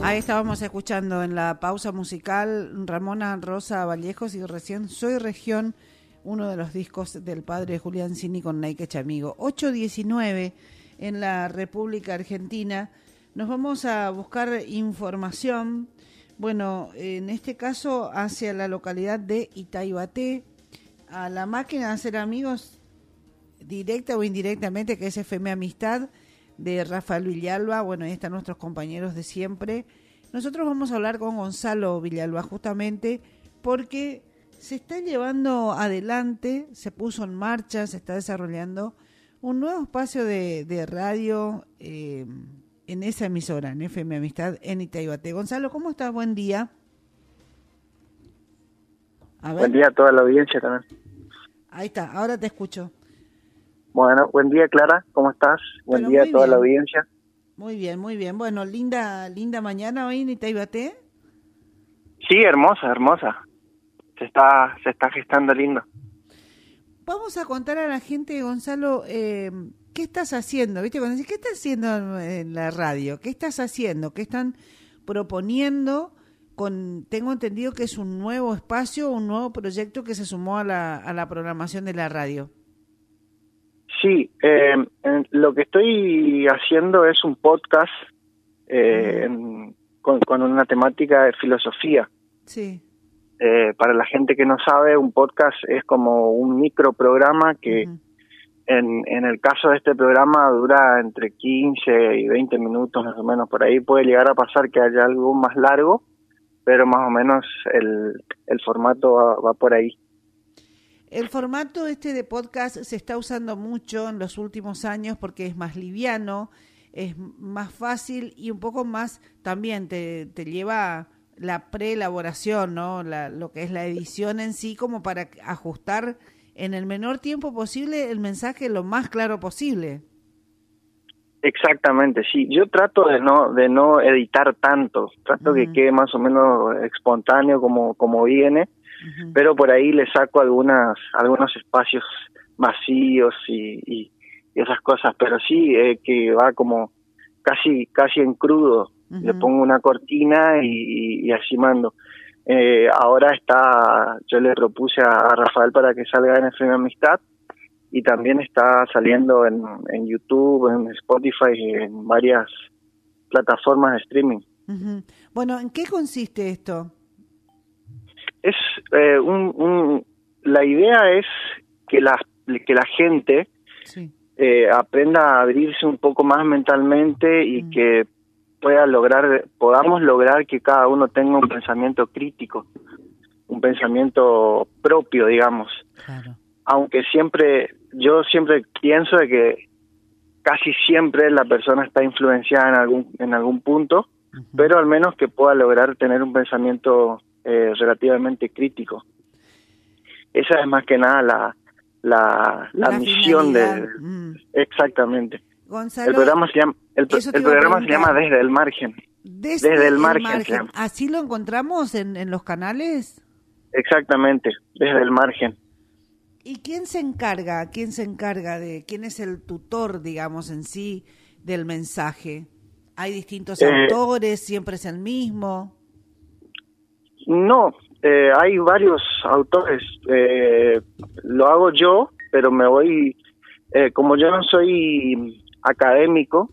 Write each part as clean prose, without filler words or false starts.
Ahí estábamos escuchando en la pausa musical Ramona Rosa Vallejos y recién Soy Región, uno de los discos del padre Julián Cini con Nike Chamigo. 8:19 en la República Argentina. Nos vamos a buscar información, bueno, en este caso hacia la localidad de Itaibaté, a la máquina de hacer amigos, directa o indirectamente, que es FM Amistad, de Rafael Villalba. Bueno, ahí están nuestros compañeros de siempre. Nosotros vamos a hablar con Gonzalo Villalba justamente porque se está llevando adelante, se puso en marcha, se está desarrollando un nuevo espacio de radio en esa emisora, en FM Amistad, en Itaibaté. Gonzalo, ¿cómo estás? Buen día. A ver. Buen día a toda la audiencia también. Ahí está, ahora te escucho. Bueno, buen día, Clara, ¿cómo estás? Buen día a toda la audiencia. Muy bien, muy bien. Bueno, linda mañana hoy en Itaibaté. Sí, hermosa. Se está gestando lindo. Vamos a contar a la gente, Gonzalo, ¿qué estás haciendo? ¿Viste? Cuando decís, ¿qué estás haciendo en la radio? ¿Qué estás haciendo? ¿Qué están proponiendo? Tengo entendido que es un nuevo espacio, un nuevo proyecto que se sumó a la programación de la radio. Sí, lo que estoy haciendo es un podcast con una temática de filosofía. Sí. Para la gente que no sabe, un podcast es como un microprograma que en el caso de este programa dura entre 15 y 20 minutos más o menos. Por ahí puede llegar a pasar que haya algo más largo, pero más o menos el formato va por ahí. El formato de podcast se está usando mucho en los últimos años porque es más liviano, es más fácil y un poco más también te lleva la preelaboración, ¿no? Lo que es la edición en sí, como para ajustar en el menor tiempo posible el mensaje lo más claro posible. Exactamente, sí. Yo trato de no editar tanto, trato que quede más o menos espontáneo como viene. Pero por ahí le saco algunos espacios vacíos y esas cosas, pero sí que va como casi en crudo. Le pongo una cortina y así mando. Ahora yo le propuse a Rafael para que salga en FM Amistad y también está saliendo en YouTube, en Spotify, en varias plataformas de streaming. Bueno, ¿en qué consiste esto? Es la idea es que la gente aprenda a abrirse un poco más mentalmente y que podamos lograr que cada uno tenga un pensamiento crítico, un pensamiento propio, digamos. Claro. Aunque yo siempre pienso de que casi siempre la persona está influenciada en algún punto, pero al menos que pueda lograr tener un pensamiento relativamente crítico. Esa es más que nada la misión exactamente. Gonzalo, el programa se llama Desde el Margen. Desde el margen. ¿Así lo encontramos en los canales? Exactamente, Desde el Margen. ¿Y quién se encarga quién es el tutor, digamos, en sí del mensaje? ¿Hay distintos autores, siempre es el mismo? No, hay varios autores. Lo hago yo, pero me voy, como yo no soy académico,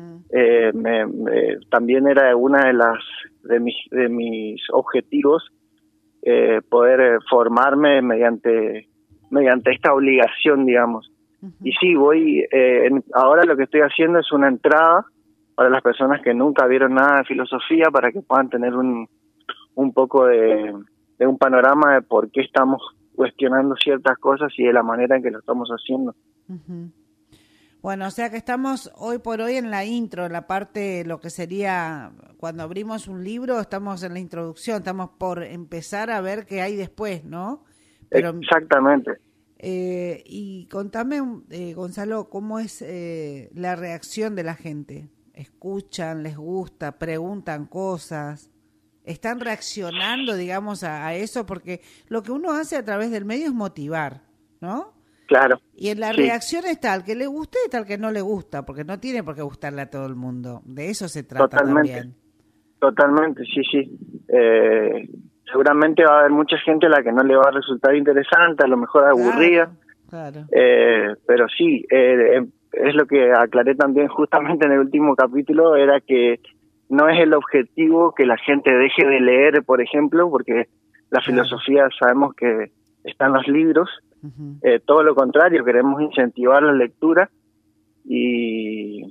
también era una de mis objetivos poder formarme mediante esta obligación, digamos. Y sí, ahora lo que estoy haciendo es una entrada para las personas que nunca vieron nada de filosofía, para que puedan tener un poco de un panorama de por qué estamos cuestionando ciertas cosas y de la manera en que lo estamos haciendo. Bueno, o sea que estamos hoy por hoy en la intro, en la parte, lo que sería cuando abrimos un libro, estamos en la introducción, estamos por empezar a ver qué hay después, ¿no? Pero, exactamente. Y contame, Gonzalo, ¿cómo es la reacción de la gente? ¿Escuchan, les gusta, preguntan cosas? ¿Están reaccionando, digamos, a eso? Porque lo que uno hace a través del medio es motivar, ¿no? Claro. Y en la reacción está el que le gusta y está el que no le gusta, porque no tiene por qué gustarle a todo el mundo. De eso se trata. Totalmente. También. Totalmente, sí, sí. Seguramente va a haber mucha gente a la que no le va a resultar interesante, a lo mejor aburrida, Claro. pero sí, es lo que aclaré también justamente en el último capítulo, era que no es el objetivo que la gente deje de leer, por ejemplo, porque la filosofía sabemos que está en los libros, todo lo contrario, queremos incentivar la lectura y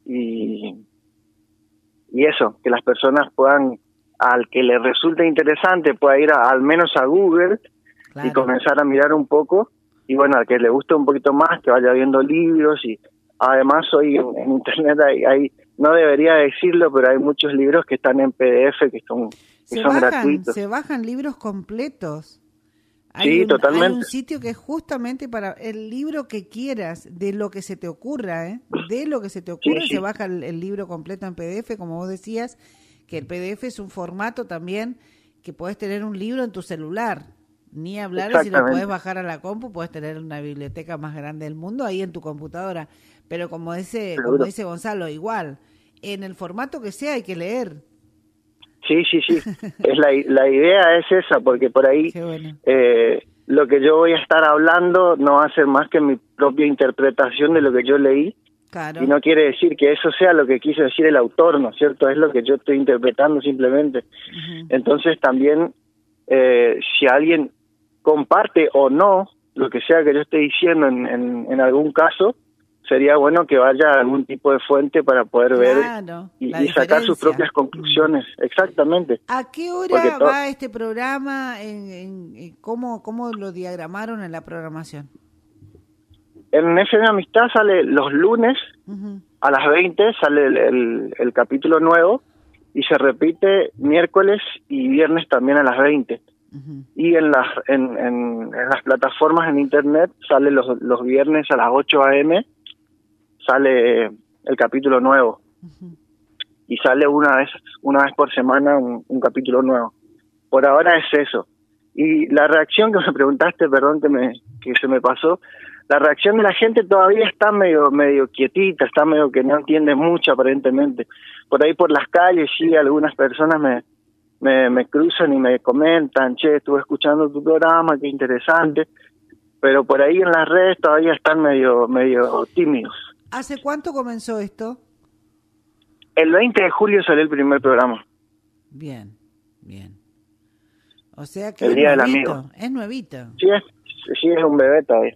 eso, que las personas puedan, al que le resulte interesante, pueda ir al menos a Google y comenzar a mirar un poco, y bueno, al que le guste un poquito más, que vaya viendo libros, y además hoy en internet hay no debería decirlo, pero hay muchos libros que están en PDF, que son gratuitos. Se bajan libros completos. Sí, totalmente. Hay un sitio que es justamente para el libro que quieras, de lo que se te ocurra, de lo que se te ocurra, se baja el libro completo en PDF, como vos decías, que el PDF es un formato también que podés tener un libro en tu celular, ni hablar de si lo podés bajar a la compu, podés tener una biblioteca más grande del mundo ahí en tu computadora, pero como dice Gonzalo, igual, en el formato que sea hay que leer. Sí, es la idea es esa, porque por ahí lo que yo voy a estar hablando no va a ser más que mi propia interpretación de lo que yo leí, y no quiere decir que eso sea lo que quiso decir el autor, ¿no es cierto? Es lo que yo estoy interpretando simplemente. Entonces también, si alguien comparte o no lo que sea que yo esté diciendo en algún caso, sería bueno que vaya a algún tipo de fuente para poder ver y sacar sus propias conclusiones. Exactamente. ¿A qué hora va este programa? ¿Cómo lo diagramaron en la programación? En FM Amistad sale los lunes a las 20, sale el capítulo nuevo, y se repite miércoles y viernes también a las 20. Y en las plataformas en internet sale los viernes a las 8 a.m. sale el capítulo nuevo, y sale una vez por semana un capítulo nuevo. Por ahora es eso. Y la reacción que me preguntaste, perdón que se me pasó, la reacción de la gente todavía está medio quietita, está medio que no entiende mucho aparentemente. Por ahí por las calles sí, algunas personas me cruzan y me comentan, che, estuve escuchando tu programa, qué interesante, pero por ahí en las redes todavía están medio tímidos. ¿Hace cuánto comenzó esto? El 20 de julio salió el primer programa. Bien. O sea que el día del amigo. Es nuevito. Sí, es un bebé todavía.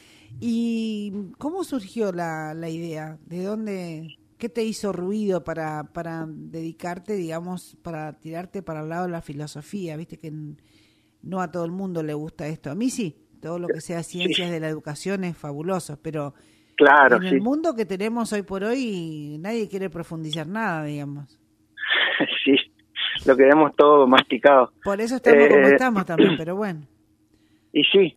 ¿Y cómo surgió la idea? ¿De dónde? ¿Qué te hizo ruido para dedicarte, digamos, para tirarte para el lado de la filosofía? Viste que no a todo el mundo le gusta esto. A mí sí, todo lo que sea ciencias de la educación es fabuloso, pero en el mundo que tenemos hoy por hoy nadie quiere profundizar nada, digamos. Sí, lo queremos todo masticado. Por eso estamos como estamos también, pero bueno. Y sí,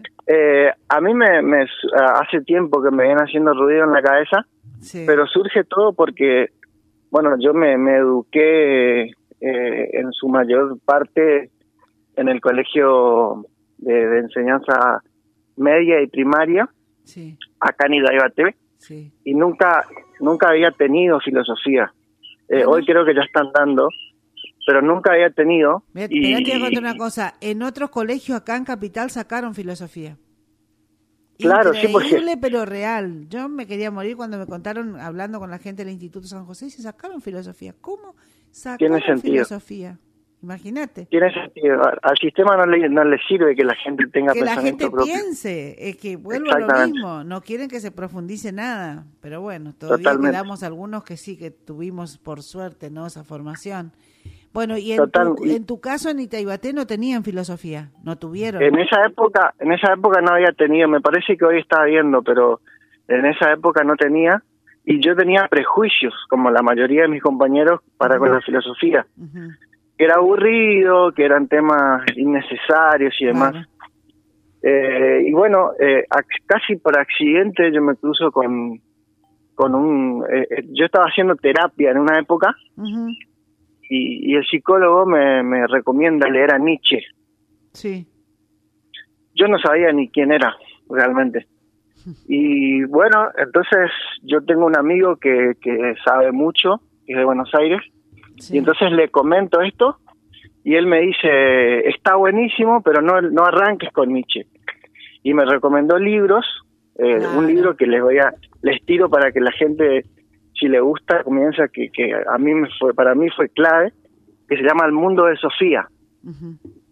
a mí me hace tiempo que me viene haciendo ruido en la cabeza, pero surge todo porque, bueno, yo me eduqué en su mayor parte en el colegio de enseñanza media y primaria, acá en Idaibaté, y nunca había tenido filosofía. Hoy creo que ya están dando, pero nunca había tenido. Mira, te voy a contar una cosa, en otros colegios acá en Capital sacaron filosofía. Claro, increíble, pero real. Yo me quería morir cuando me contaron, hablando con la gente del Instituto San José, y se sacaron filosofía. ¿Cómo sacaron filosofía? Imagínate. Tiene sentido. Al sistema no le sirve que la gente tenga Que pensamiento la gente piense. Es que vuelvo a lo mismo. No quieren que se profundice nada. Pero bueno, todavía quedamos algunos que sí, que tuvimos por suerte, ¿no?, esa formación. Bueno, y en tu caso en Itaibaté no tenían filosofía, no tuvieron. En esa época no había tenido, me parece que hoy está habiendo, pero en esa época no tenía, y yo tenía prejuicios, como la mayoría de mis compañeros, para con la filosofía. Que era aburrido, que eran temas innecesarios y demás. Y bueno, casi por accidente yo me cruzo con un... yo estaba haciendo terapia en una época, y el psicólogo me recomienda leer a Nietzsche. Sí. Yo no sabía ni quién era realmente. Y bueno, entonces yo tengo un amigo que sabe mucho, que es de Buenos Aires, Sí. Y entonces le comento esto y él me dice, está buenísimo, pero no arranques con Nietzsche. Y me recomendó libros, Claro. un libro que les tiro para que la gente, si le gusta, comienza, que para mí fue clave, que se llama El mundo de Sofía. Ujú.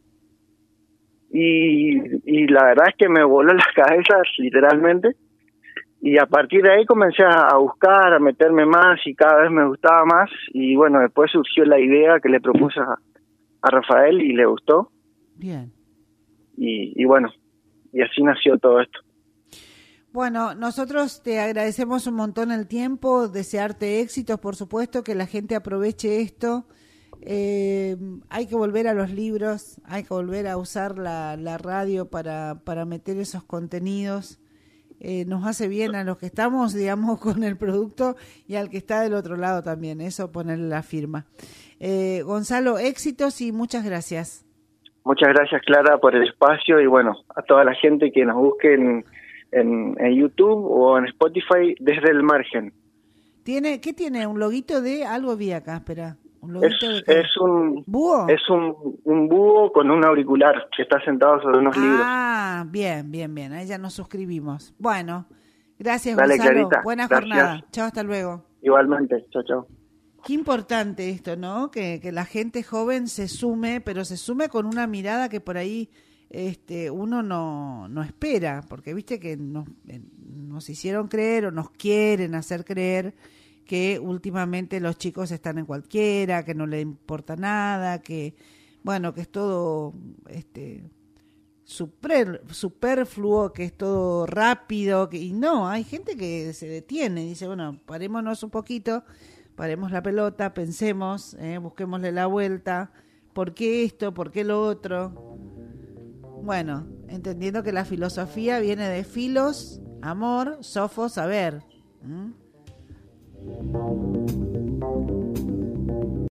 Y la verdad es que me voló las cabezas, literalmente. Y a partir de ahí comencé a buscar, a meterme más y cada vez me gustaba más. Y bueno, después surgió la idea que le propuse a Rafael y le gustó. Bien. Y bueno, y así nació todo esto. Bueno, nosotros te agradecemos un montón el tiempo, desearte éxitos, por supuesto, que la gente aproveche esto. Hay que volver a los libros, hay que volver a usar la radio para meter esos contenidos. Nos hace bien a los que estamos, digamos, con el producto y al que está del otro lado también, eso ponerle la firma. Gonzalo, éxitos y muchas gracias. Muchas gracias, Clara, por el espacio y bueno, a toda la gente que nos busque en YouTube o en Spotify desde el margen. ¿Qué tiene? ¿Un loguito de algo vi acá? Espera. Es un ¿Búho? Es un búho con un auricular que está sentado sobre unos libros. Ah, bien. Ahí ya nos suscribimos. Bueno, gracias, Dale, Gonzalo. Clarita. Buena Gracias. jornada. Chao, hasta luego. Igualmente. Chao. Qué importante esto, ¿no? Que la gente joven se sume, pero se sume con una mirada que por ahí uno no espera, porque viste que nos hicieron creer o nos quieren hacer creer que últimamente los chicos están en cualquiera, que no les importa nada, que bueno, que es todo superfluo, que es todo rápido, y no, hay gente que se detiene, dice, bueno, parémonos un poquito, paremos la pelota, pensemos, busquémosle la vuelta, ¿por qué esto? ¿Por qué lo otro? Bueno, entendiendo que la filosofía viene de filos, amor, sofos, saber.